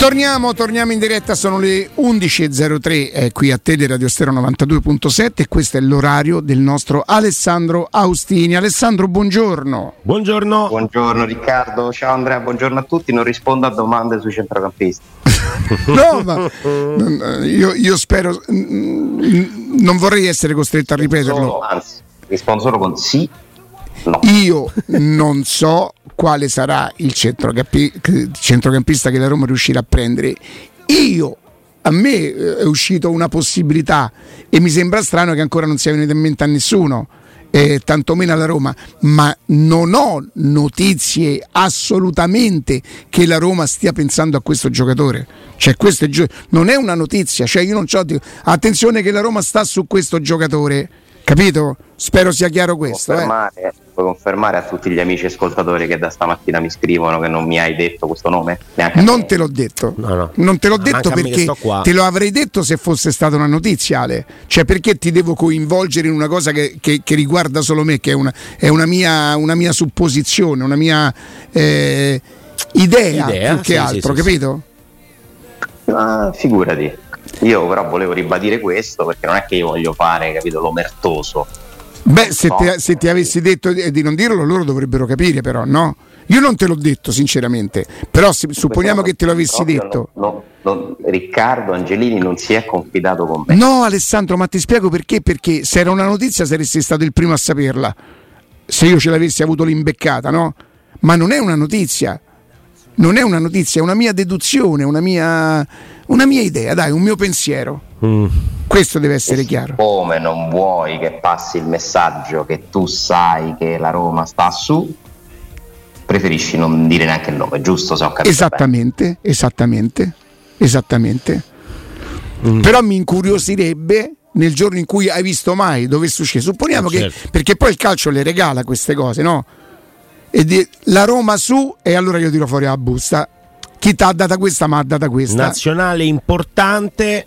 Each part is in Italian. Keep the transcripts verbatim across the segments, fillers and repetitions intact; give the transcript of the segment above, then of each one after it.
Torniamo, torniamo in diretta, sono le undici e zero tre, è qui a Tele Radio Stereo novantadue virgola sette e questo è l'orario del nostro Alessandro Austini. Alessandro, buongiorno. Buongiorno. Buongiorno Riccardo, ciao Andrea, buongiorno a tutti. Non rispondo a domande sui centrocampisti. No, ma io, io spero, non vorrei essere costretto a ripeterlo. Solo, anzi, rispondo solo con sì, no. Io non so quale sarà il centrocampi- centrocampista che la Roma riuscirà a prendere. Io, a me è uscita una possibilità e mi sembra strano che ancora non sia venuta in mente a nessuno, eh, tantomeno alla Roma, ma non ho notizie assolutamente che la Roma stia pensando a questo giocatore. Cioè, questo è gio- non è una notizia, cioè io non c'ho attenzione che la Roma sta su questo giocatore, capito? Spero sia chiaro questo. Confermare, eh. Puoi confermare a tutti gli amici ascoltatori che da stamattina mi scrivono che non mi hai detto questo nome? Neanche non te l'ho detto, no, no. non te l'ho Ma detto perché te lo avrei detto se fosse stata una notizia, Ale. Cioè, perché ti devo coinvolgere in una cosa che, che, che riguarda solo me, che è una, è una, mia, una mia supposizione, una mia eh, idea, idea, più che sì, altro, sì, capito? Sì. Ah, figurati. Io però volevo ribadire questo perché non è che io voglio fare, capito, l'omertoso. Beh, se, te, se ti avessi detto di non dirlo, loro dovrebbero capire, però, no? Io non te l'ho detto, sinceramente, però se, supponiamo che te lo avessi detto. No, no, no, Riccardo Angelini non si è confidato con me. No, Alessandro, ma ti spiego perché. Perché se era una notizia saresti stato il primo a saperla, se io ce l'avessi avuto l'imbeccata, no? Ma non è una notizia. Non è una notizia, è una mia deduzione, una mia, una mia idea, dai, un mio pensiero. Mm. Questo deve essere chiaro. Come non vuoi che passi il messaggio che tu sai che la Roma sta su, preferisci non dire neanche il nome, giusto? Se ho capito esattamente, bene. esattamente, esattamente. Mm. Però mi incuriosirebbe nel giorno in cui hai visto mai dove succede. Supponiamo che, certo. Perché poi il calcio le regala queste cose, no? E di, la Roma su, e allora io tiro fuori la busta. Chi t'ha data questa, ma ha data questa. Nazionale importante.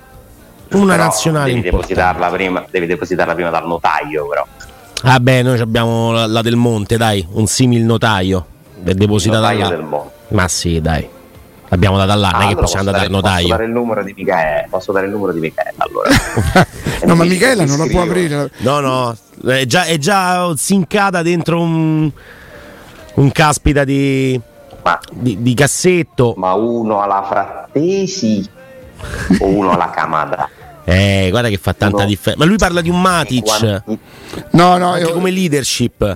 Una però nazionale devi importante. Depositarla prima, devi depositarla prima dal notaio, però. Ah beh, noi abbiamo la, la del Monte, dai, un simil notaio. È depositata là. Del Monte. Ma sì, dai. L'abbiamo data là, non ah, è che possiamo andare dal notaio. Posso dare il numero di Michele, posso dare il numero di Michele, allora. No, ma Michela non la può aprire. No, no, è già, è già zincata dentro un un caspita di, ma, di, di cassetto. Ma uno alla Frattesi o uno alla Camada? Eh, guarda che fa tanta no. differenza. Ma lui parla di un Matic. Quanti... No, no, anche io... come leadership.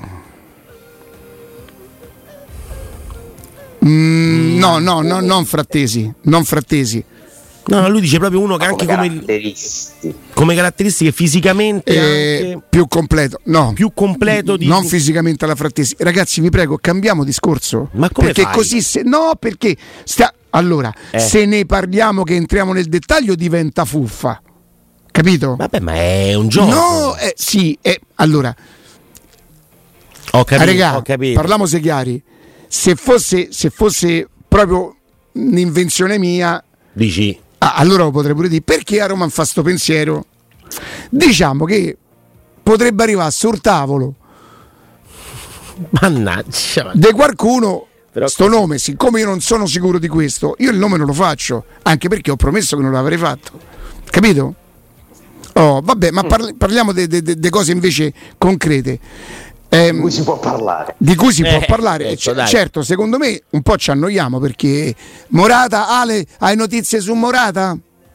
Mm, no, no, no, non Frattesi, non Frattesi. No, lui dice proprio uno che ma anche come come caratteristiche, come caratteristiche fisicamente eh, anche... più completo. No, più completo di... non fisicamente alla Frattesi. Ragazzi, vi prego, cambiamo discorso. Ma come perché fai? così se... no, perché sta... allora, eh. se ne parliamo che entriamo nel dettaglio diventa fuffa. Capito? Vabbè, ma è un gioco. No, eh, sì, eh, allora ho capito, regà, ho capito. Parliamo se chiari. Se fosse se fosse proprio un'invenzione mia, dici? Ah, allora lo potrei pure dire, perché a Roma fa sto pensiero? Diciamo che potrebbe arrivare sul tavolo mannaggia di qualcuno. Però sto così... nome, siccome io non sono sicuro di questo, io il nome non lo faccio, anche perché ho promesso che non l'avrei fatto, capito? Oh, vabbè, ma parli, parliamo di cose invece concrete. Eh, di cui si può parlare. Di cui si eh, può parlare. ecco, C- certo, secondo me un po' ci annoiamo perché Morata, Ale, hai notizie su Morata?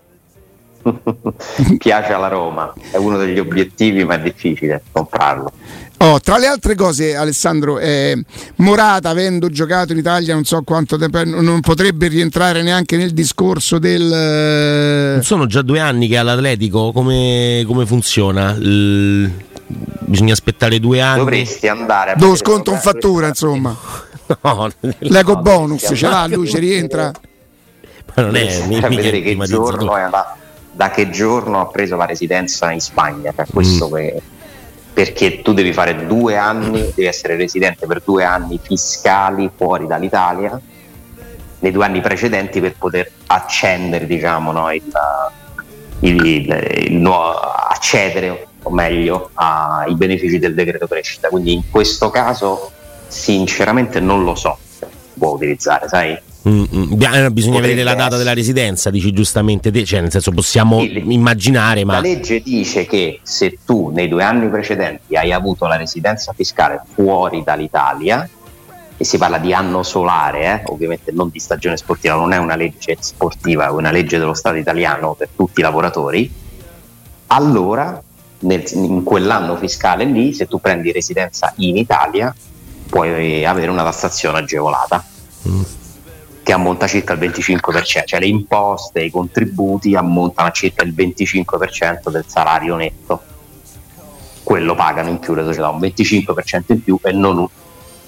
Piace alla Roma, è uno degli obiettivi, ma è difficile comprarlo. Oh, tra le altre cose, Alessandro, eh, Morata, avendo giocato in Italia non so quanto tempo, non potrebbe rientrare neanche nel discorso del... Non sono già due anni che è all'Atletico? Come, come funziona? L... Bisogna aspettare due anni? Dovresti andare a... Dove sconto in fattura, insomma. No, l'eco no, bonus, ce l'ha, lui ci rientra. Ma non è... Mi, mi vedere che giorno è, da, da che giorno ha preso la residenza in Spagna, per questo mm. che... perché tu devi fare due anni, devi essere residente per due anni fiscali fuori dall'Italia, nei due anni precedenti, per poter accendere, diciamo, no, il, il, il, il nuovo, accedere, o meglio, ai benefici del decreto crescita. Quindi in questo caso sinceramente non lo so se può utilizzare, sai? Mm, mm. Bisogna Potrebbe vedere la data della residenza, dici giustamente te, cioè nel senso possiamo sì, immaginare, ma la legge dice che se tu nei due anni precedenti hai avuto la residenza fiscale fuori dall'Italia, e si parla di anno solare, eh, ovviamente non di stagione sportiva, non è una legge sportiva, è una legge dello Stato italiano per tutti i lavoratori, allora nel, in quell'anno fiscale lì, se tu prendi residenza in Italia, puoi avere una tassazione agevolata. Mm. Che ammonta circa il venticinque per cento, cioè le imposte, i contributi ammontano a circa il venticinque per cento del salario netto. Quello pagano in più le società, un venticinque per cento in più e non un,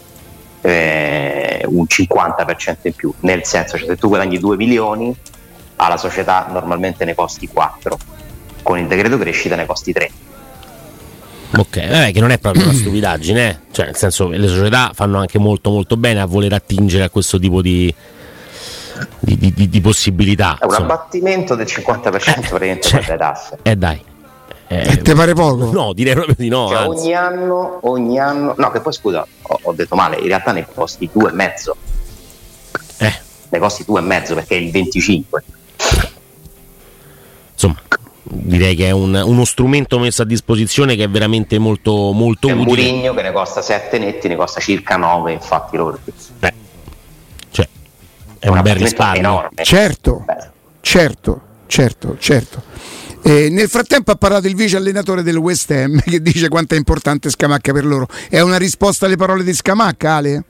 eh, un cinquanta per cento in più. Nel senso, cioè, se tu guadagni due milioni, alla società normalmente ne costi quattro, con il decreto crescita ne costi tre. Ok, eh, che non è proprio una stupidaggine, eh? Cioè nel senso le società fanno anche molto molto bene a voler attingere a questo tipo di Di, di, di, di possibilità. È un insomma. abbattimento del cinquanta per cento eh, cioè, per le tasse. Eh dai. Eh, e te pare poco? No, direi proprio di no. Cioè, ogni anno, ogni anno. No, che poi scusa, ho, ho detto male, in realtà ne costi due e mezzo. Eh. Ne costi due e mezzo perché è il venticinque. Insomma, direi che è un, uno strumento messo a disposizione che è veramente molto, molto c'è utile. Un Mourinho che ne costa sette netti, ne costa circa nove, infatti loro. Eh. È un, un bel risparmio enorme. Certo, Beh. certo, certo, certo. Eh, nel frattempo ha parlato il vice allenatore del West Ham che dice quanto è importante Scamacca per loro. È una risposta alle parole di Scamacca, Ale?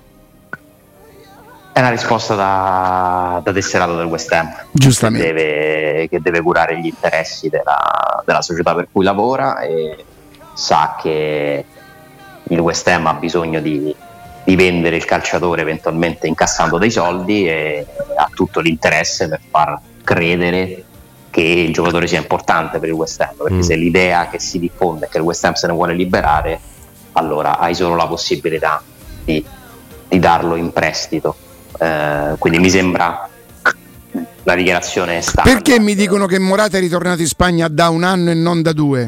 È una risposta da, da tesserato del West Ham, giustamente, che deve, che deve curare gli interessi della, della società per cui lavora e sa che il West Ham ha bisogno di di vendere il calciatore eventualmente incassando dei soldi e ha tutto l'interesse per far credere che il giocatore sia importante per il West Ham, perché mm. se l'idea che si diffonde è che il West Ham se ne vuole liberare, allora hai solo la possibilità di, di darlo in prestito, eh, quindi mi sembra la dichiarazione standard. Perché mi dicono che Morata è ritornato in Spagna da un anno e non da due?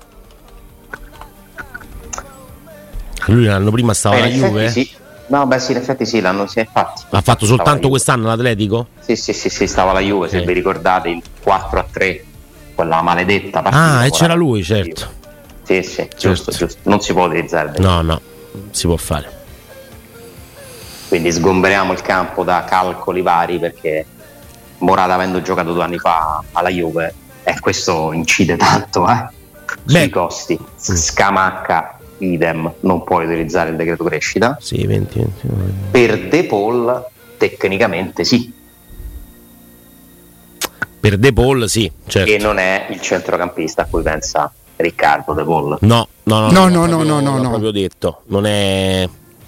Lui l'anno prima stava alla Juve? Sì. No, beh sì, in effetti sì, l'anno sì, infatti. Ha fatto soltanto quest'anno l'Atletico? Sì, sì, sì, sì, stava alla Juve, okay. Se vi ricordate il quattro a tre, quella maledetta partita. Ah, e c'era lui, certo. Sì, sì, certo. giusto, giusto. Non si può utilizzare. No, no, si può fare. Quindi sgomberiamo il campo da calcoli vari perché Morata, avendo giocato due anni fa alla Juve, e questo incide tanto, eh, sui Beh. costi. Scamacca idem, non puoi utilizzare il decreto crescita. Sì, venti, venti. Per De Paul tecnicamente sì. Per De Paul sì, certo. E non è il centrocampista a cui pensa Riccardo De Paul. No, no, no, no, no, no, no, no, no, proprio detto, non è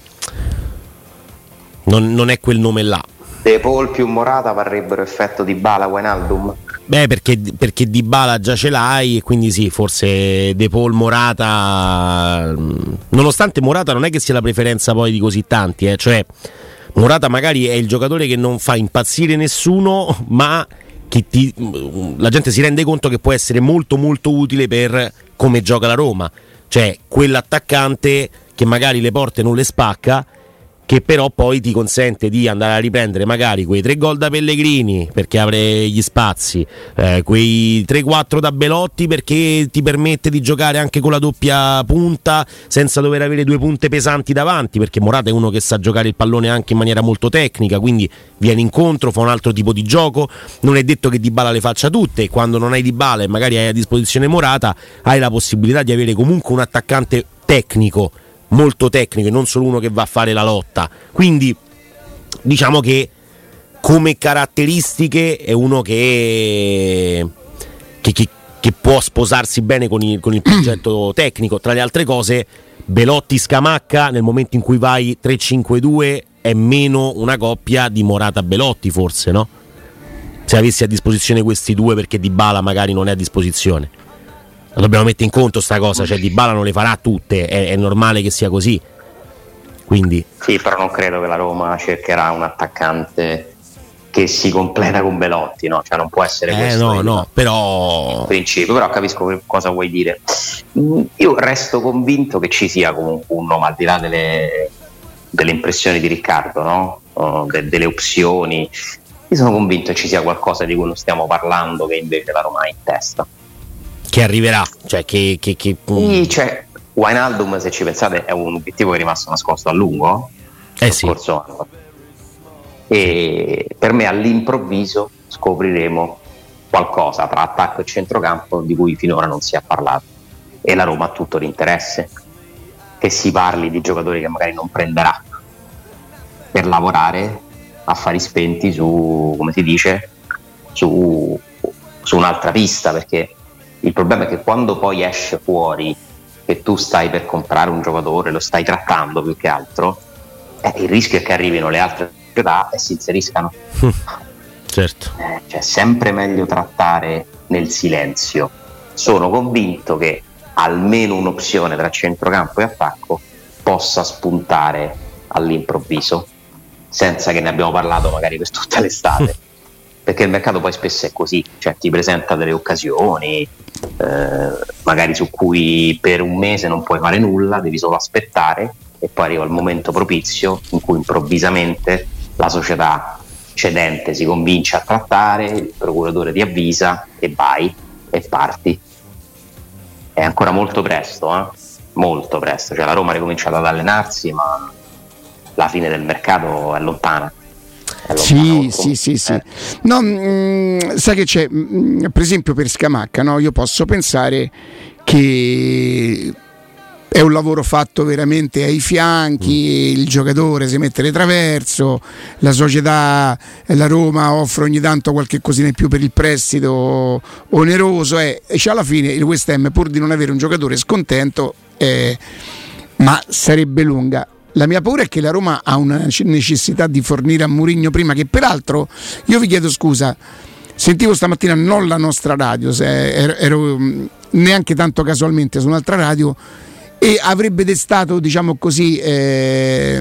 non, non è quel nome là. De Paul più Morata varrebbero effetto Dybala Wijnaldum? Beh, perché, perché Dybala già ce l'hai e quindi sì, forse De Paul Morata, nonostante Morata non è che sia la preferenza poi di così tanti, eh. Cioè Morata magari è il giocatore che non fa impazzire nessuno, ma che ti, la gente si rende conto che può essere molto molto utile per come gioca la Roma, cioè quell'attaccante che magari le porte non le spacca, che però poi ti consente di andare a riprendere magari quei tre gol da Pellegrini perché apre gli spazi, eh, quei tre quattro da Belotti perché ti permette di giocare anche con la doppia punta senza dover avere due punte pesanti davanti, perché Morata è uno che sa giocare il pallone anche in maniera molto tecnica, quindi viene incontro, fa un altro tipo di gioco. Non è detto che Dybala le faccia tutte, e quando non hai Dybala e magari hai a disposizione Morata hai la possibilità di avere comunque un attaccante tecnico, molto tecnico, e non solo uno che va a fare la lotta. Quindi diciamo che come caratteristiche è uno che, che, che, che può sposarsi bene con il, con il progetto tecnico. Tra le altre cose, Belotti Scamacca nel momento in cui vai tre cinque due è meno una coppia di Morata Belotti, forse, no? Se avessi a disposizione questi due, perché Dybala magari non è a disposizione. La dobbiamo mettere in conto sta cosa, cioè Dybala non le farà tutte, è, è normale che sia così. Quindi sì, però non credo che la Roma cercherà un attaccante che si completa con Belotti, no? Cioè non può essere eh, questo no, il, no, però il principio, però capisco cosa vuoi dire. Io resto convinto che ci sia comunque un nome, al di là delle, delle impressioni di Riccardo, no? uh, de- delle opzioni. Io sono convinto che ci sia qualcosa di cui non stiamo parlando che invece la Roma ha in testa, che arriverà, cioè che, che, che... Sì, cioè, Wijnaldum, se ci pensate, è un obiettivo che è rimasto nascosto a lungo eh sì. scorso anno, e per me all'improvviso scopriremo qualcosa tra attacco e centrocampo di cui finora non si è parlato, e la Roma ha tutto l'interesse che si parli di giocatori che magari non prenderà per lavorare affari spenti su, come si dice, su, su un'altra pista, perché il problema è che quando poi esce fuori che tu stai per comprare un giocatore, lo stai trattando più che altro, eh, il rischio è che arrivino le altre società e si inseriscano. Certo. Eh, cioè, è sempre meglio trattare nel silenzio. Sono convinto che almeno un'opzione tra centrocampo e attacco possa spuntare all'improvviso, senza che ne abbiamo parlato magari per tutta l'estate, perché il mercato poi spesso è così, cioè ti presenta delle occasioni eh, magari su cui per un mese non puoi fare nulla, devi solo aspettare, e poi arriva il momento propizio in cui improvvisamente la società cedente si convince a trattare, il procuratore ti avvisa e vai e parti. È ancora molto presto, eh? molto presto, cioè la Roma ha ricominciato ad allenarsi, ma la fine del mercato è lontana. Sì, sì, sì, sì. No, mh, sai che c'è, mh, per esempio per Scamacca, no? Io posso pensare che è un lavoro fatto veramente ai fianchi, il giocatore si mette retroverso, la società, la Roma offre ogni tanto qualche cosina in più per il prestito oneroso, eh, e cioè alla fine il West Ham, pur di non avere un giocatore scontento, eh, ma sarebbe lunga. La mia paura è che la Roma ha una necessità di fornire a Mourinho prima, che peraltro, io vi chiedo scusa, sentivo stamattina non la nostra radio, ero, ero neanche tanto casualmente su un'altra radio, e avrebbe destato, diciamo così, eh,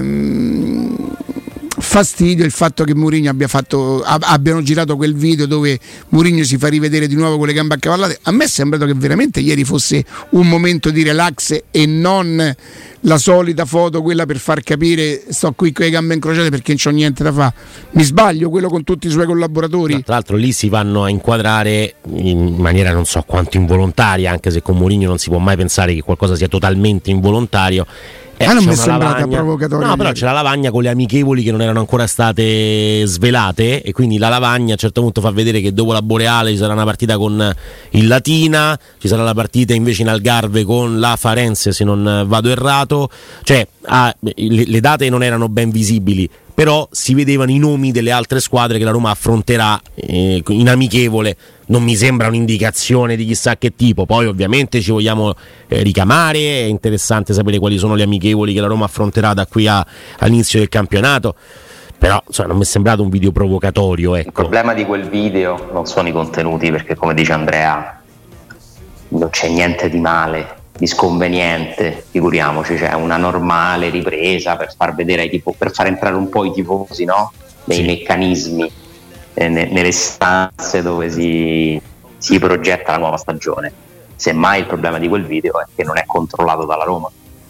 fastidio il fatto che Mourinho abbia fatto, abbiano girato quel video dove Mourinho si fa rivedere di nuovo con le gambe accavallate. A me è sembrato che veramente ieri fosse un momento di relax e non la solita foto, quella per far capire sto qui con le gambe incrociate perché non c'ho niente da fare. Mi sbaglio? Quello con tutti i suoi collaboratori? Tra l'altro lì si vanno a inquadrare in maniera non so quanto involontaria, anche se con Mourinho non si può mai pensare che qualcosa sia totalmente involontario. Eh, ah, non mi è sembrata provocatoria. No, però c'è la lavagna con le amichevoli che non erano ancora state svelate, e quindi la lavagna a un certo punto fa vedere che dopo la Boreale ci sarà una partita con il Latina, ci sarà la partita invece in Algarve con la Farense, se non vado errato, cioè ah, le, le date non erano ben visibili, però si vedevano i nomi delle altre squadre che la Roma affronterà eh, in amichevole. Non mi sembra un'indicazione di chissà che tipo, poi ovviamente ci vogliamo eh, ricamare, è interessante sapere quali sono le amichevoli che la Roma affronterà da qui a, all'inizio del campionato, però insomma, non mi è sembrato un video provocatorio, ecco. Il problema di quel video non sono i contenuti, perché come dice Andrea non c'è niente di male, di sconveniente, figuriamoci, c'è una normale ripresa per far vedere ai tifo- per far entrare un po' i tifosi, no? Nei sì. meccanismi, eh, ne- nelle stanze dove si, si progetta la nuova stagione. Semmai il problema di quel video è che non è controllato dalla Roma,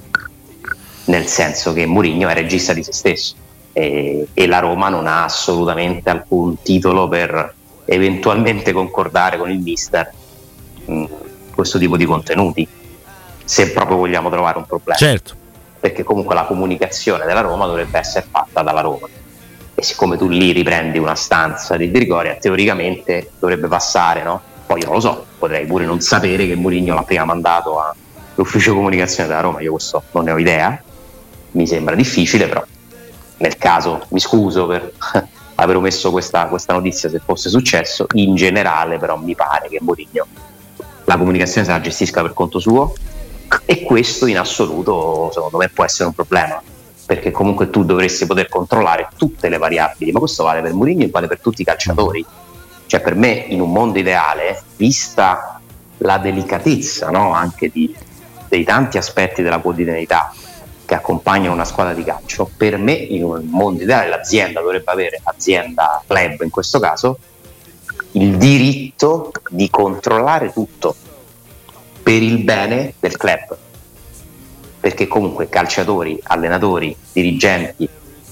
nel senso che Mourinho è regista di se stesso e, e la Roma non ha assolutamente alcun titolo per eventualmente concordare con il mister mh, questo tipo di contenuti, se proprio vogliamo trovare un problema. Certo. Perché comunque la comunicazione della Roma dovrebbe essere fatta dalla Roma, e siccome tu lì riprendi una stanza di Trigoria, teoricamente dovrebbe passare, no? Poi io non lo so, potrei pure non sapere che Mourinho l'ha prima mandato all'ufficio comunicazione della Roma, io questo non ne ho idea, mi sembra difficile, però nel caso mi scuso per aver omesso questa, questa notizia se fosse successo. In generale però mi pare che Mourinho la comunicazione se la gestisca per conto suo, e questo in assoluto secondo me può essere un problema, perché comunque tu dovresti poter controllare tutte le variabili, ma questo vale per Mourinho e vale per tutti i calciatori. Cioè per me in un mondo ideale, vista la delicatezza, no? anche di, dei tanti aspetti della quotidianità che accompagnano una squadra di calcio, per me in un mondo ideale l'azienda dovrebbe avere, azienda club in questo caso, il diritto di controllare tutto per il bene del club, perché comunque calciatori, allenatori, dirigenti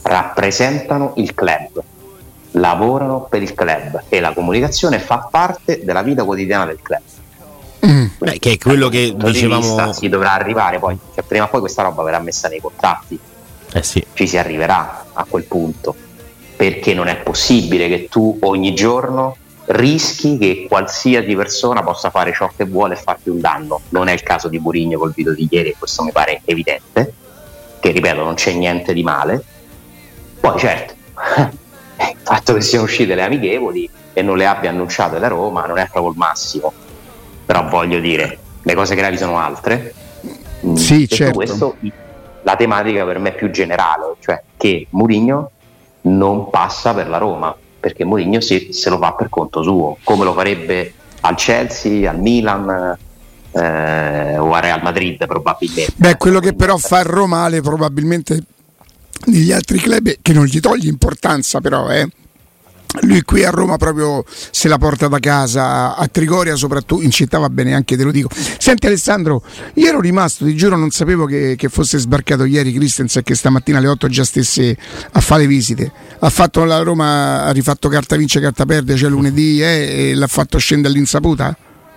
rappresentano il club, lavorano per il club e la comunicazione fa parte della vita quotidiana del club. Mm. Beh, che è quello che dicevamo. Vista, si dovrà arrivare poi, cioè, prima o poi questa roba verrà messa nei contratti. Eh sì. Ci si arriverà a quel punto, perché non è possibile che tu ogni giorno rischi che qualsiasi persona possa fare ciò che vuole e farti un danno. Non è il caso di Mourinho col video di ieri, e questo mi pare evidente, che ripeto non c'è niente di male. Poi certo il fatto che siano uscite le amichevoli e non le abbia annunciate la Roma non è proprio il massimo, però voglio dire, le cose gravi sono altre. Sì, detto certo. Questo, la tematica per me è più generale, cioè che Mourinho non passa per la Roma, perché Mourinho si, se lo fa per conto suo, come lo farebbe al Chelsea, al Milan eh, o al Real Madrid probabilmente. Beh, quello che però fa il Romale probabilmente negli altri club, che non gli toglie importanza, però eh. lui qui a Roma proprio se la porta da casa, a Trigoria soprattutto, in città va bene anche, te lo dico. Senti Alessandro, io ero rimasto, ti giuro non sapevo che, che fosse sbarcato ieri Christensen, che stamattina alle otto già stesse a fare visite. Ha fatto la Roma, ha rifatto carta vince carta perde, cioè lunedì eh, e l'ha fatto scendere all'insaputa?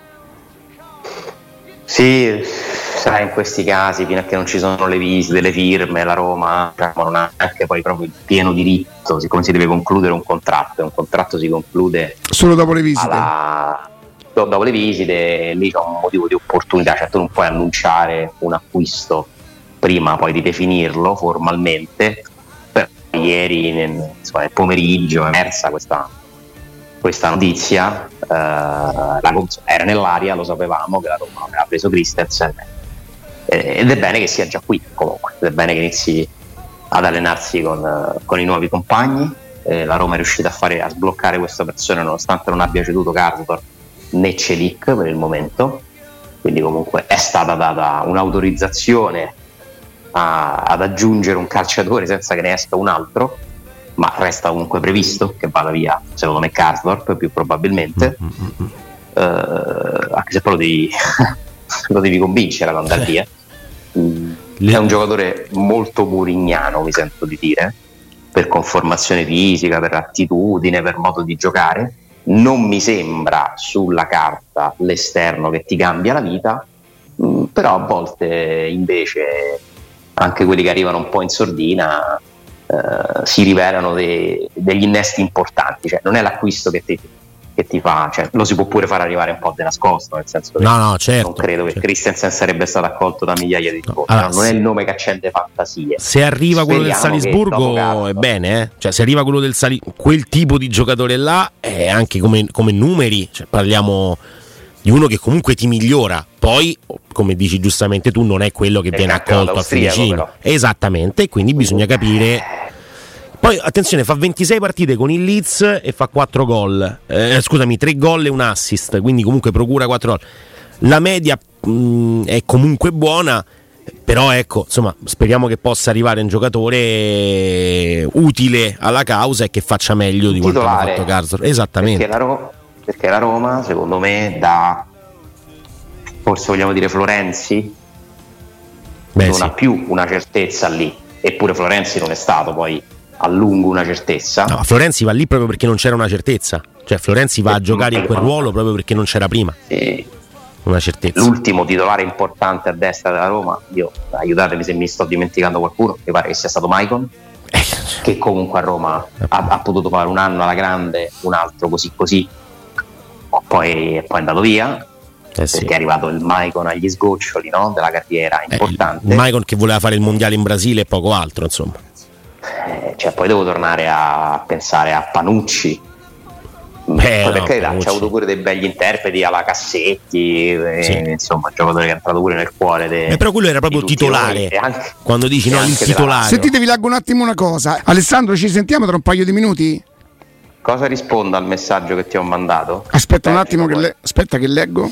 Sì, sai, in questi casi fino a che non ci sono le visite, le firme, la Roma diciamo, non ha anche poi proprio il pieno diritto, siccome si deve concludere un contratto e un contratto si conclude solo dopo le visite alla... dopo le visite, lì c'è un motivo di opportunità, cioè tu non puoi annunciare un acquisto prima poi di definirlo formalmente. Però ieri nel, insomma, nel pomeriggio è emersa questa questa notizia, eh, la, era nell'aria, lo sapevamo che la Roma aveva preso Christensen eh, ed è bene che sia già qui comunque, ed è bene che inizi ad allenarsi con, uh, con i nuovi compagni. Eh, la Roma è riuscita a, fare, a sbloccare questa operazione nonostante non abbia ceduto Karsdorp né Celik per il momento, quindi comunque è stata data un'autorizzazione a, ad aggiungere un calciatore senza che ne esca un altro, ma resta comunque previsto che vada via secondo me Karsdorp più probabilmente, mm-hmm. eh, anche se poi lo devi, lo devi convincere ad andare via. Mm, è un giocatore molto murignano, mi sento di dire, per conformazione fisica, per attitudine, per modo di giocare. Non mi sembra sulla carta l'esterno che ti cambia la vita, mm, però a volte invece anche quelli che arrivano un po' in sordina Uh, si rivelano de- degli innesti importanti, cioè non è l'acquisto che ti, che ti fa, cioè, lo si può pure far arrivare un po' di nascosto, nel senso che no, no, certo, non credo certo. che Christensen sarebbe stato accolto da migliaia di tifosi, no, allora, no, non è il nome che accende fantasie. Se arriva quello del Salisburgo è bene, eh? Cioè se arriva quello del Sali- quel tipo di giocatore là, è anche come, come numeri, cioè, parliamo di uno che comunque ti migliora. Poi, come dici giustamente tu, non è quello che è viene accolto a Fiumicino. Esattamente, quindi bisogna capire. Poi attenzione, fa ventisei partite con il Leeds e fa quattro gol. Eh, scusami, tre gol e un assist, quindi comunque procura quattro gol. La media mh, è comunque buona, però ecco, insomma, speriamo che possa arrivare un giocatore utile alla causa e che faccia meglio di quanto ha fatto Karsdorp. Esattamente. Perché la Roma Perché la Roma, secondo me, da forse vogliamo dire Florenzi, Beh, non sì. ha più una certezza lì, eppure Florenzi non è stato poi a lungo una certezza. No, Florenzi va lì proprio perché non c'era una certezza, cioè Florenzi va e a giocare in quel ruolo proprio perché non c'era prima sì. una certezza. L'ultimo titolare importante a destra della Roma, io aiutatemi se mi sto dimenticando qualcuno, mi pare che sia stato Maicon, eh. che comunque a Roma ha, ha potuto fare un anno alla grande, un altro così così, poi è poi andato via. Eh sì. Perché è arrivato il Maicon agli sgoccioli, no? Della carriera importante. Eh, il Maicon che voleva fare il mondiale in Brasile e poco altro, insomma. Eh, cioè, poi devo tornare a pensare a Panucci. Beh, poi no, perché c'ha avuto pure dei begli interpreti alla Cassetti, eh, sì. insomma, un giocatore che è entrato pure nel cuore. De, eh, però quello era proprio titolare. Anche, quando dici no, il titolare. Sentite, vi leggo un attimo una cosa. Alessandro, ci sentiamo tra un paio di minuti? Cosa rispondo al messaggio che ti ho mandato? Aspetta un attimo, che le... aspetta che leggo.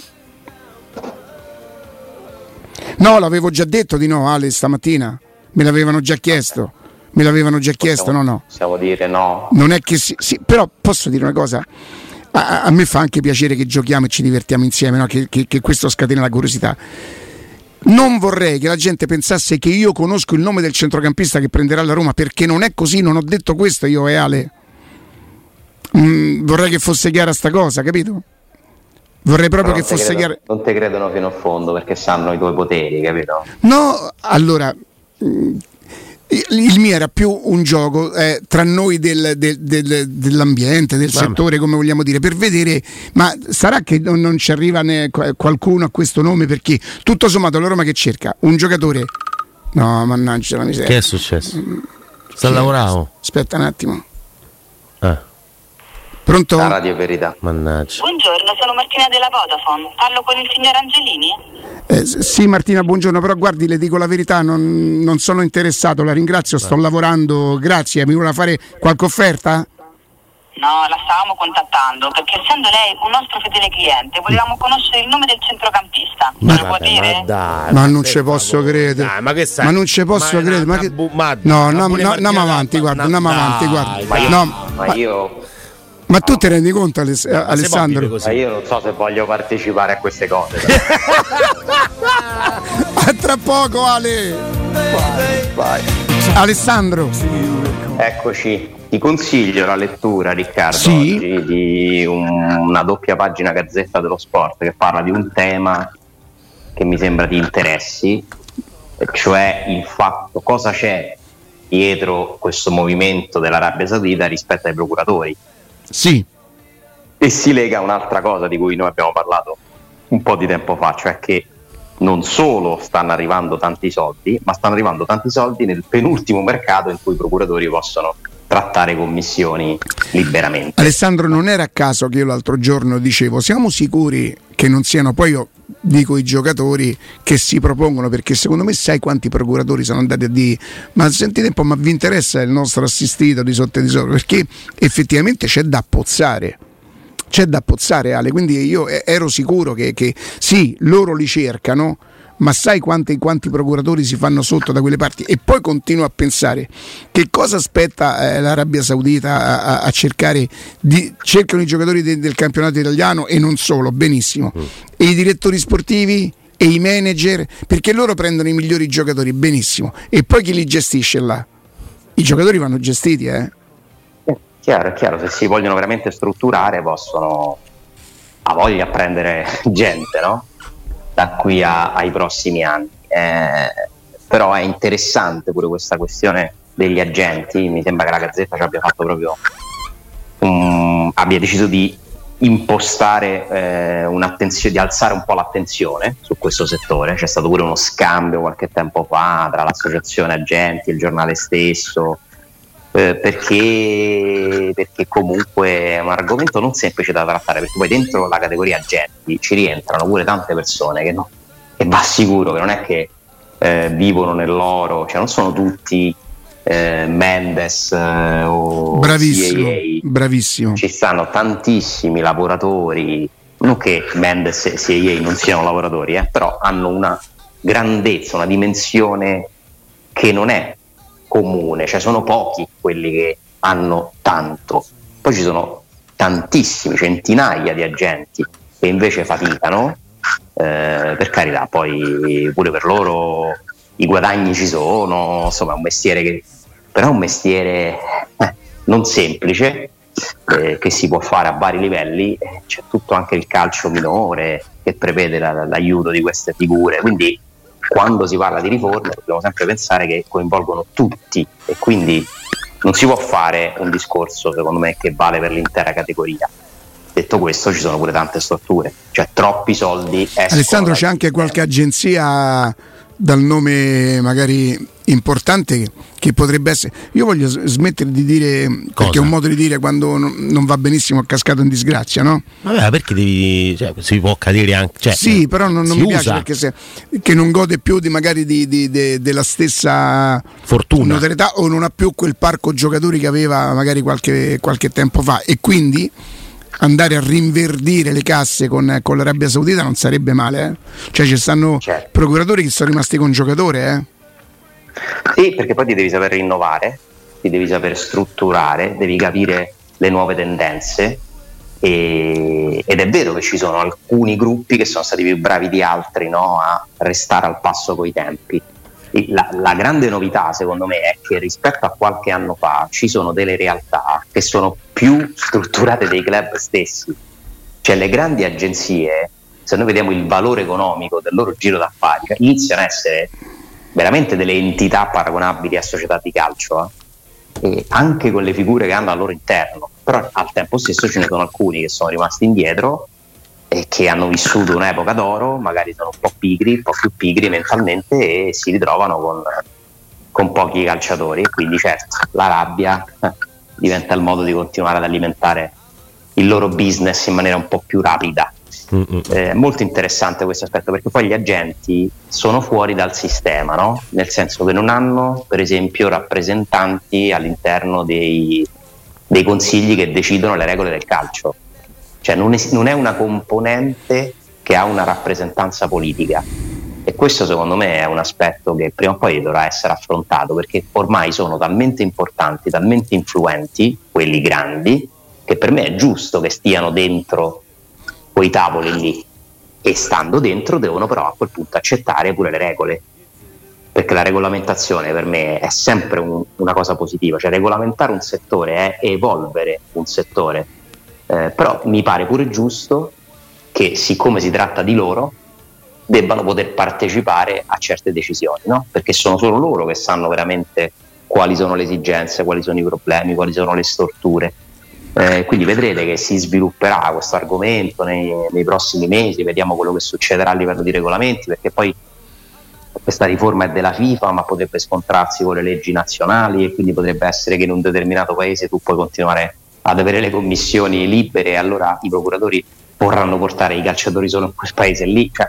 No, l'avevo già detto di no, Ale, stamattina. Me l'avevano già chiesto. Me l'avevano già chiesto, possiamo, no, no. Possiamo dire no. Non è che sì, sì, però posso dire una cosa. A, a me fa anche piacere che giochiamo e ci divertiamo insieme, no? che, che, che questo scatena la curiosità. Non vorrei che la gente pensasse che io conosco il nome del centrocampista che prenderà la Roma, perché non è così, non ho detto questo io e Ale. Mm, vorrei che fosse chiara sta cosa, capito? Vorrei proprio che fosse credo, chiara. Non te credono fino a fondo perché sanno i tuoi poteri, capito? No, allora mm, il mio era più un gioco eh, tra noi del, del, del, dell'ambiente, del Mamma. settore, come vogliamo dire, per vedere, ma sarà che non, non ci arriva ne, qualcuno a questo nome, perché tutto sommato la Roma che cerca un giocatore. No, mannaggia la miseria. Che è successo? Sta lavorando? Aspetta un attimo. Ah. Pronto? La Radio Verità. Mannaggia. Buongiorno, sono Martina della Vodafone. Parlo con il signor Angelini? Eh, sì Martina, buongiorno, però guardi, le dico la verità, non, non sono interessato, la ringrazio, sto lavorando, grazie. Mi vuole fare qualche offerta? No, la stavamo contattando perché essendo lei un nostro fedele cliente volevamo conoscere il nome del centrocampista. Ma, me lo può dire? Ma, dai, ma non ci posso credere, dai, ma, che sai? ma non ci posso ma credere, ma che... ma, no, no, no, andiamo avanti, guarda, andiamo avanti, guarda. Ma io, no, ma io... Ma tu ti rendi conto, Aless- Alessandro? Ma io non so se voglio partecipare a queste cose. A tra poco, Ale. Vai, vai. Alessandro. Eccoci. Ti consiglio la lettura, Riccardo, sì? oggi di un, una doppia pagina Gazzetta dello Sport che parla di un tema che mi sembra ti interessi, cioè il fatto cosa c'è dietro questo movimento dell'Arabia Saudita rispetto ai procuratori. Sì. E si lega a un'altra cosa di cui noi abbiamo parlato un po' di tempo fa, cioè che non solo stanno arrivando tanti soldi, ma stanno arrivando tanti soldi nel penultimo mercato in cui i procuratori possono trattare commissioni liberamente. Alessandro, non era a caso che io l'altro giorno dicevo siamo sicuri che non siano, poi io dico i giocatori che si propongono, perché secondo me sai quanti procuratori sono andati a dire ma sentite un po', ma vi interessa il nostro assistito di sotto e di sopra, perché effettivamente c'è da pozzare, c'è da pozzare Ale, quindi io ero sicuro che, che sì, loro li cercano, ma sai quanti, quanti procuratori si fanno sotto da quelle parti? E poi continuo a pensare che cosa aspetta eh, l'Arabia Saudita a, a, a cercare di, cercano i giocatori de, del campionato italiano e non solo, benissimo, mm. e i direttori sportivi e i manager, perché loro prendono i migliori giocatori, benissimo, e poi chi li gestisce là? I giocatori vanno gestiti, eh? eh chiaro, è chiaro, se si vogliono veramente strutturare possono a voglia prendere gente, no? Da qui a, ai prossimi anni, eh, però è interessante pure questa questione degli agenti. Mi sembra che la Gazzetta ci abbia fatto proprio um, abbia deciso di impostare eh, un'attenzione, di alzare un po' l'attenzione su questo settore. C'è stato pure uno scambio qualche tempo fa tra l'associazione agenti e il giornale stesso, eh, perché, perché comunque è un argomento non semplice da trattare, perché poi dentro la categoria agenti ci rientrano pure tante persone che, no, che va sicuro che non è che eh, vivono nell'oro, cioè non sono tutti eh, Mendes eh, o bravissimo, C I A. Bravissimo. Ci stanno tantissimi lavoratori, non che Mendes e C I A non siano lavoratori, eh, però hanno una grandezza, una dimensione che non è comune, cioè sono pochi quelli che hanno tanto, poi ci sono tantissimi, centinaia di agenti che invece faticano, eh, per carità, poi pure per loro i guadagni ci sono, insomma è un mestiere che però è un mestiere eh, non semplice, eh, che si può fare a vari livelli, eh, c'è tutto anche il calcio minore che prevede la, l'aiuto di queste figure, quindi quando si parla di riforme dobbiamo sempre pensare che coinvolgono tutti e quindi non si può fare un discorso secondo me che vale per l'intera categoria. Detto questo, ci sono pure tante storture, cioè troppi soldi. Alessandro, c'è anche qualche agenzia dal nome magari importante che potrebbe essere, io voglio smettere di dire cosa? Perché è un modo di dire quando non va benissimo, è cascato in disgrazia, no? Vabbè, perché devi, cioè, si può cadere anche, cioè, sì, però non, non mi usa. piace perché se, che non gode più di magari di, di, di, della stessa fortuna, notorietà, o non ha più quel parco giocatori che aveva magari qualche, qualche tempo fa, e quindi andare a rinverdire le casse con, con l'Arabia Saudita non sarebbe male, eh? Cioè ci stanno certo. procuratori che sono rimasti con giocatore, eh? Sì, perché poi ti devi saper rinnovare, ti devi saper strutturare, devi capire le nuove tendenze e, E, ed è vero che ci sono alcuni gruppi che sono stati più bravi di altri, no, a restare al passo coi tempi. La, la grande novità secondo me è che rispetto a qualche anno fa ci sono delle realtà che sono più strutturate dei club stessi, cioè le grandi agenzie, se noi vediamo il valore economico del loro giro d'affari, iniziano a essere veramente delle entità paragonabili a società di calcio, eh? E anche con le figure che hanno al loro interno, però al tempo stesso ce ne sono alcuni che sono rimasti indietro e che hanno vissuto un'epoca d'oro, magari sono un po' pigri, un po' più pigri mentalmente e si ritrovano con, con pochi calciatori, e quindi certo la rabbia diventa il modo di continuare ad alimentare il loro business in maniera un po' più rapida. È eh, molto interessante questo aspetto, perché poi gli agenti sono fuori dal sistema, no? Nel senso che non hanno per esempio rappresentanti all'interno dei, dei consigli che decidono le regole del calcio. Cioè non è, non è una componente che ha una rappresentanza politica, e questo secondo me è un aspetto che prima o poi dovrà essere affrontato, perché ormai sono talmente importanti, talmente influenti quelli grandi, che per me è giusto che stiano dentro quei tavoli lì, e stando dentro devono però a quel punto accettare pure le regole, perché la regolamentazione per me è sempre un, una cosa positiva, cioè regolamentare un settore è evolvere un settore. Eh, però mi pare pure giusto che, siccome si tratta di loro, debbano poter partecipare a certe decisioni, no? Perché sono solo loro che sanno veramente quali sono le esigenze, quali sono i problemi, quali sono le storture. Eh, quindi vedrete che si svilupperà questo argomento nei, nei prossimi mesi, vediamo quello che succederà a livello di regolamenti, perché poi questa riforma è della FIFA, ma potrebbe scontrarsi con le leggi nazionali, e quindi potrebbe essere che in un determinato paese tu puoi continuare ad avere le commissioni libere, e allora i procuratori vorranno portare i calciatori solo in quel paese lì. Cioè,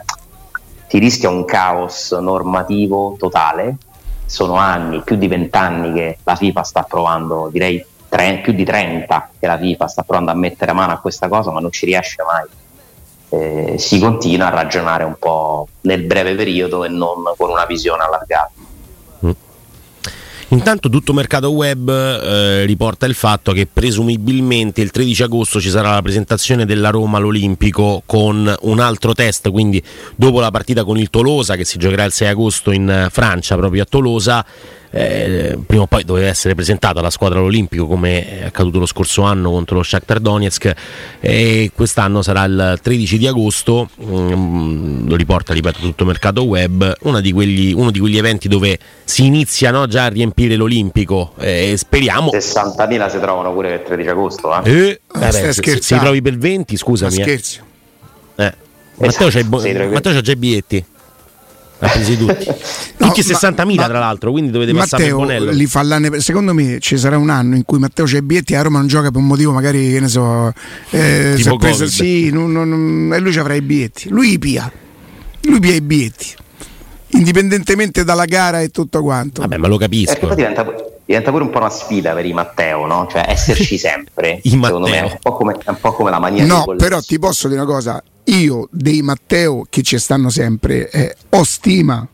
si rischia un caos normativo totale. Sono anni, più di vent'anni che la FIFA sta provando, direi tre, più di trenta che la FIFA sta provando a mettere mano a questa cosa, ma non ci riesce mai. Eh, si continua a ragionare un po' nel breve periodo e non con una visione allargata. Intanto tutto mercato web eh, riporta il fatto che presumibilmente il tredici agosto ci sarà la presentazione della Roma all'Olimpico con un altro test, quindi dopo la partita con il Tolosa, che si giocherà il sei agosto in Francia, proprio a Tolosa. Eh, prima o poi doveva essere presentata la squadra all'Olimpico, come è accaduto lo scorso anno contro lo Shakhtar Donetsk, e quest'anno sarà il tredici di agosto. Mm, lo riporta, ripeto, tutto mercato web, uno di quegli, uno di quegli eventi dove si inizia, no, già a riempire l'Olimpico, e eh, speriamo sessantamila si trovano pure per il tredici agosto, eh? Eh, vabbè, se, se si trovi per il venti, scusami, eh. Eh. Matteo, c'hai bo- Matteo c'ha già i biglietti. Ha presi tutti, no, tutti sessantamila ma, tra l'altro, quindi dovete passare il bonello. Li fa l'anno, secondo me ci sarà un anno in cui Matteo c'ha i biglietti e a Roma non gioca per un motivo, magari, che ne so, eh, si è preso, sì, non, non, e lui ci avrà i biglietti, lui i pia lui pia i biglietti indipendentemente dalla gara e tutto quanto. Vabbè, ma lo capisco, perché poi diventa, diventa pure un po' una sfida per i Matteo, no? Cioè esserci sempre secondo me è un po' come, è un po' come la mania. No, però ti posso dire una cosa, io dei Matteo che ci stanno sempre eh, ho stima,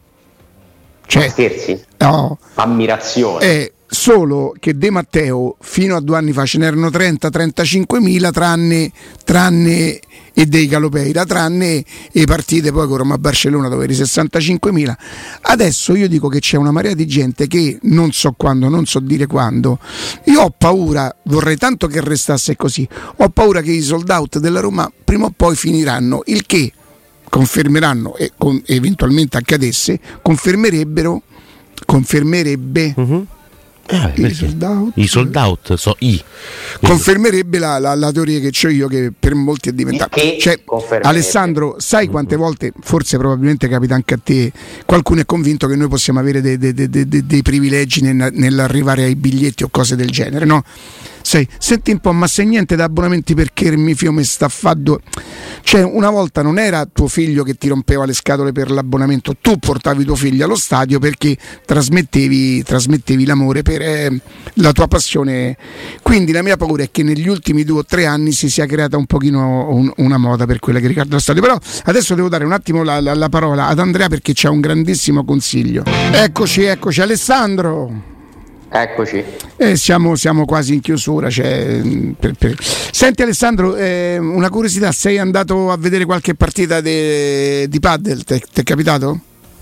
cioè, scherzi? No, ammirazione. È solo che De Matteo fino a due anni fa ce n'erano trenta trentacinque mila, tranne, tranne e dei Galopeira, tranne le partite poi con Roma Barcellona dove eri sessantacinquemila. Adesso io dico che c'è una marea di gente che non so quando, non so dire quando. Io ho paura, vorrei tanto che restasse così, ho paura che i sold out della Roma prima o poi finiranno, il che confermeranno, e con, eventualmente accadesse, confermerebbero confermerebbe uh-huh. Eh, I sold out, I sold out so, i. confermerebbe la, la, la teoria che c'ho io, che per molti è diventata, cioè, Alessandro, sai quante volte, forse probabilmente capita anche a te, qualcuno è convinto che noi possiamo avere dei, dei, dei, dei, dei privilegi nel, nell'arrivare ai biglietti o cose del genere, no? Sai, senti un po', ma se niente da abbonamenti perché mi fio mi sta a fare, cioè una volta non era tuo figlio che ti rompeva le scatole per l'abbonamento, tu portavi tuo figlio allo stadio perché trasmettevi, trasmettevi l'amore per eh, la tua passione. Quindi la mia paura è che negli ultimi due o tre anni si sia creata un pochino un, una moda per quella che riguarda lo stadio. Però adesso devo dare un attimo la, la, la parola ad Andrea perché c'ha un grandissimo consiglio. Eccoci, eccoci Alessandro. Eccoci. Eh, siamo, siamo quasi in chiusura. Cioè, per, per... Senti Alessandro, eh, una curiosità, sei andato a vedere qualche partita de... di padel? Ti è capitato?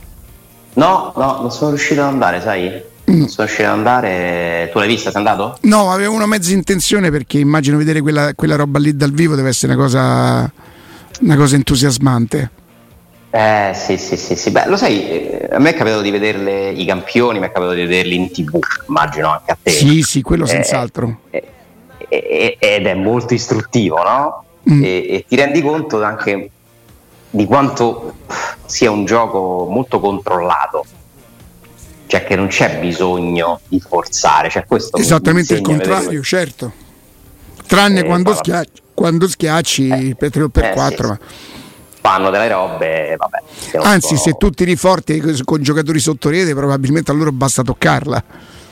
No, no, non sono riuscito ad andare, sai? Non sono riuscito ad andare. Tu l'hai vista? Sei andato? No, avevo una mezza intenzione, perché immagino vedere quella, quella roba lì dal vivo deve essere una cosa, una cosa entusiasmante. Eh sì, sì, sì, sì. Beh, lo sai, a me è capitato di vederle i campioni, mi è capitato di vederli in tivù, immagino anche a te. Sì, sì, quello eh, senz'altro. Eh, eh, ed è molto istruttivo, no? Mm. E, e ti rendi conto anche di quanto sia un gioco molto controllato, cioè che non c'è bisogno di forzare, cioè questo esattamente il contrario, certo, tranne eh, quando, schiacci, quando schiacci eh, per tre o per quattro. Sì, sì. Fanno delle robe, vabbè. Anzi, sono... se tu tiri forte con giocatori sotto rete, probabilmente a loro basta toccarla.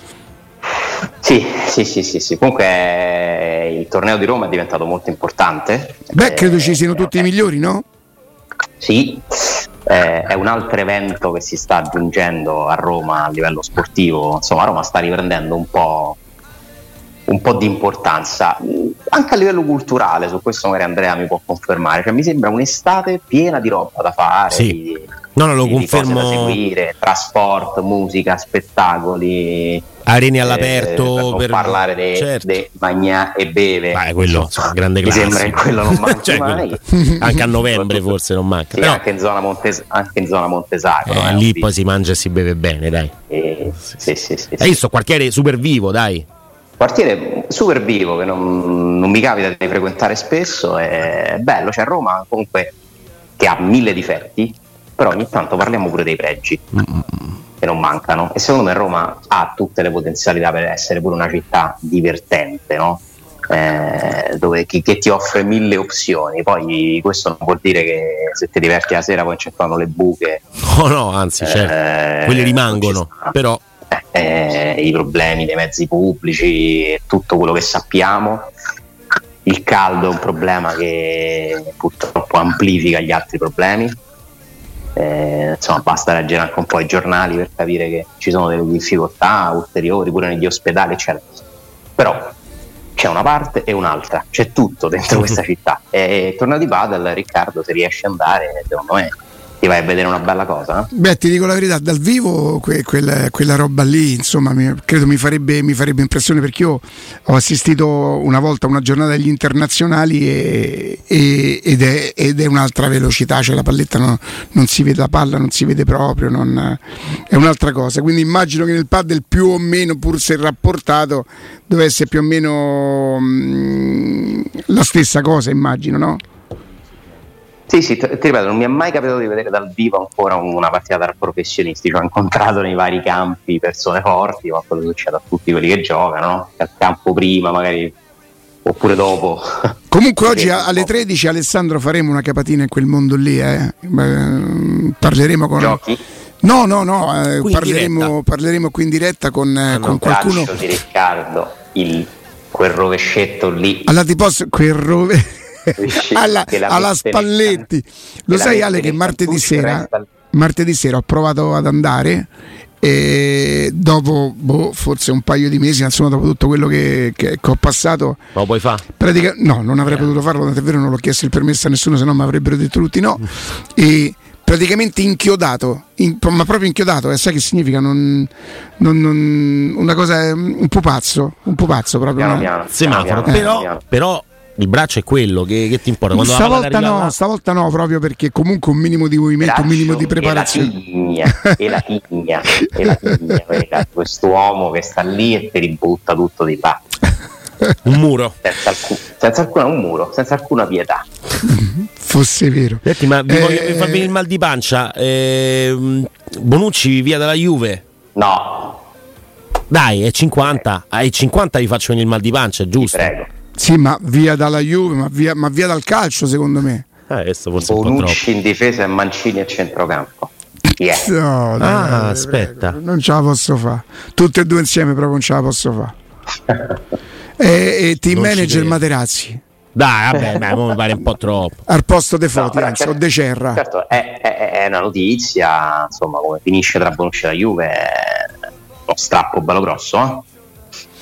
Sì, sì, sì, sì, sì. Comunque il torneo di Roma è diventato molto importante. Beh, credo ci siano tutti eh, i migliori, no? Sì, eh, è un altro evento che si sta aggiungendo a Roma a livello sportivo. Insomma, Roma sta riprendendo un po', un po' di importanza, anche a livello culturale. Su questo magari Andrea mi può confermare. Cioè, mi sembra un'estate piena di roba da fare, sì. di, no, no, lo di, confermo. di cose da seguire, trasport, musica, spettacoli, arene all'aperto, eh, per non per parlare di certo. magna e beve. Beh, quello insomma, grande classe. Mi sembra che quello non manca cioè, mai. Anche a novembre forse non manca. Sì, però... anche in zona Montes- anche in zona Montesacro. Eh, eh, lì poi si mangia e si beve bene, dai. Eh, sì, sì, sì, Hai sì. visto quartiere super vivo, dai. Quartiere super vivo che non, non mi capita di frequentare spesso, è bello, c'è Roma comunque che ha mille difetti, però ogni tanto parliamo pure dei pregi mm-hmm. che non mancano, e secondo me Roma ha tutte le potenzialità per essere pure una città divertente, no? Eh, dove chi, che ti offre mille opzioni. Poi questo non vuol dire che se ti diverti la sera poi c'entrano le buche. Oh no, anzi, certo. Eh, quelle rimangono, però Eh, i problemi dei mezzi pubblici, tutto quello che sappiamo. Il caldo è un problema che purtroppo amplifica gli altri problemi. Eh, insomma, basta leggere anche un po' i giornali per capire che ci sono delle difficoltà ulteriori pure negli ospedali, eccetera. Però c'è una parte e un'altra, c'è tutto dentro questa città. E torna di padel, Riccardo, se riesci ad andare, secondo me ti vai a vedere una bella cosa, eh? Beh, ti dico la verità, dal vivo que- quella, quella roba lì, insomma, mi, credo mi farebbe, mi farebbe impressione, perché io ho assistito una volta a una giornata degli internazionali e, e, ed, è, ed è un'altra velocità, cioè la palletta no, non si vede, la palla non si vede proprio, non, è un'altra cosa. Quindi immagino che nel padel più o meno, pur se rapportato, deve essere più o meno mh, la stessa cosa, immagino, no? Sì, sì, ti ripeto, non mi è mai capitato di vedere dal vivo ancora una partita tra professionisti. Cioè, ho incontrato nei vari campi persone forti, ma quello succede a tutti quelli che giocano, no? Al campo prima, magari, oppure dopo. Comunque oggi alle tredici, Alessandro, faremo una capatina in quel mondo lì, eh? Parleremo con... Giochi? No, no, no, eh, qui parleremo, parleremo qui in diretta con, eh, con qualcuno. Di Riccardo, il, quel rovescetto lì. Allora ti posso... Quel rove... alla, alla Spalletti, lo sai Ale che martedì sera martedì sera ho provato ad andare e dopo boh, forse un paio di mesi, insomma, dopo tutto quello che, che, che ho passato, ma lo puoi fare? Pratica, no, non avrei yeah. potuto farlo, tanto è vero, non l'ho chiesto il permesso a nessuno, se no mi avrebbero detto tutti no. E praticamente inchiodato, in, ma proprio inchiodato, eh, sai che significa? Non, non, non, una cosa, un pupazzo, un pupazzo proprio. Piano, piano, semaforo, piano, però, piano. però il braccio è quello che, che ti importa. Quando stavolta no, là... stavolta no, proprio perché comunque un minimo di movimento, un minimo di preparazione. E la tigna, e la tigna, quest'uomo che sta lì e ti ributta tutto di là. Un muro. Senza, alcun, senza alcuna un muro, senza alcuna pietà. Fosse vero. Senti, ma vi eh... voglio far venire il mal di pancia. Eh, Bonucci via dalla Juve? No. Dai, è cinquanta. Ai cinquanta vi faccio venire il mal di pancia, è giusto? Ti prego. Sì, ma via dalla Juve, ma via, ma via dal calcio, secondo me. Eh, adesso forse Bonucci in difesa e Mancini a centrocampo. Yeah. No, dai, ah, dai, aspetta. Prego, non ce la posso fare. Tutte e due insieme proprio non ce la posso fare. e, e team non manager Materazzi. Dai, vabbè, beh, mi pare un po' troppo. Al posto De Foti, no, anzi, certo, o De Cerra. Certo, è, è, è una notizia, insomma, come finisce tra Bonucci e la Juve, è uno strappo bello grosso, eh?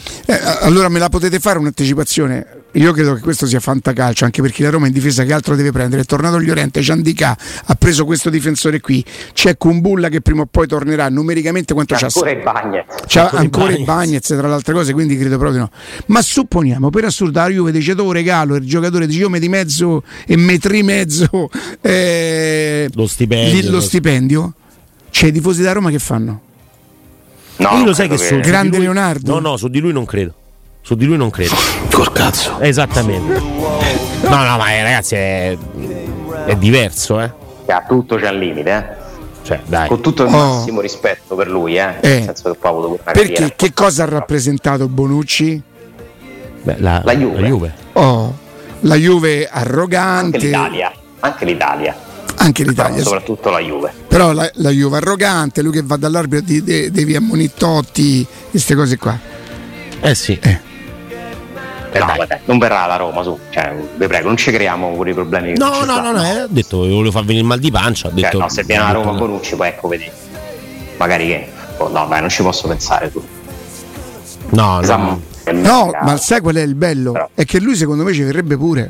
Eh, allora me la potete fare un'anticipazione? Io credo che questo sia fantacalcio, anche perché la Roma in difesa che altro deve prendere? È tornato Llorente, Ciandica ha preso questo difensore qui, c'è Kumbulla che prima o poi tornerà, numericamente quanto c'ha? Ancora i Bagnez. C'ha ancora, ancora i Bagnez, tra le altre cose, quindi credo proprio no. Ma supponiamo, per assurdo, la Juve dice tu regalo, il giocatore dice io me di mezzo e metri mezzo eh, lo stipendio, gli, lo stipendio, c'è i tifosi da Roma che fanno? No, io lo sai che, che su grande lui, Leonardo? No, no, su di lui non credo. Su di lui non credo. Col cazzo. Esattamente. No, no, ma eh, ragazzi è, è diverso, eh. Ha tutto, c'è al limite, eh. Cioè, dai. Con tutto il Oh. massimo rispetto per lui, eh. Eh. Nel senso che poi ha avuto una Perché carriera. che cosa ha rappresentato Bonucci? Beh, la, La Juve. La Juve. Oh, la Juve Anche arrogante. l'Italia. Anche l'Italia. Anche l'Italia. Però soprattutto la Juve. Però la, la Juve arrogante, lui che va dall'arbitro di, de, devi ammonire Totti, queste cose qua. Eh sì. Eh. Eh, no, dai. vabbè, non verrà la Roma, su. Cioè, vi prego, non ci creiamo pure i problemi. che No, ci no, stanno. no, no, eh, ho detto volevo far venire il mal di pancia. Ho Cioè, detto, no, se viene ho la detto Roma no. Bonucci, poi ecco, vedi. Magari che. Oh, no, dai, non ci posso pensare tu. No, Esatto. no. No, ma sai qual è il bello? Però. È che lui secondo me ci verrebbe pure.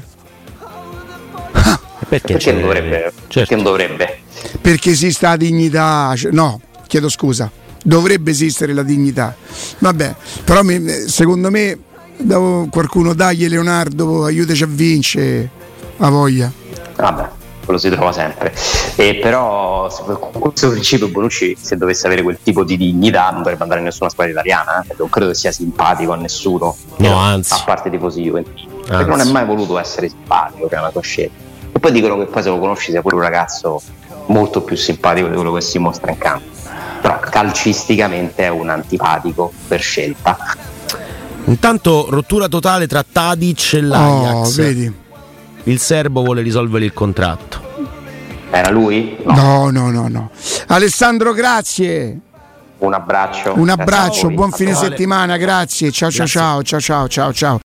Perché, Perché c'è- non dovrebbe? Certo. Perché non dovrebbe? Perché esiste la dignità. cioè- no, chiedo scusa. Dovrebbe esistere la dignità. Vabbè, però mi- secondo me devo- qualcuno dagli Leonardo, aiutaci a vincere. A voglia. Vabbè, quello si trova sempre. E però se- con questo principio Bonucci, se dovesse avere quel tipo di dignità, non dovrebbe andare in nessuna squadra italiana. Eh? Non credo che sia simpatico a nessuno. No, anzi. A parte dei tifosi juventini. Perché Anzi. non è mai voluto essere simpatico, che è una sua scelta. E poi dicono che poi se lo conosci sia pure un ragazzo molto più simpatico di quello che si mostra in campo. Però calcisticamente è un antipatico per scelta. Intanto rottura totale tra Tadic e Oh, l'Ajax. vedi. Il serbo vuole risolvere il contratto. Era lui? No, no, no, no. Alessandro, grazie. Un abbraccio. Un Grazie a abbraccio, voi. buon fine Vale. settimana, grazie. Ciao ciao Grazie. ciao ciao ciao ciao ciao.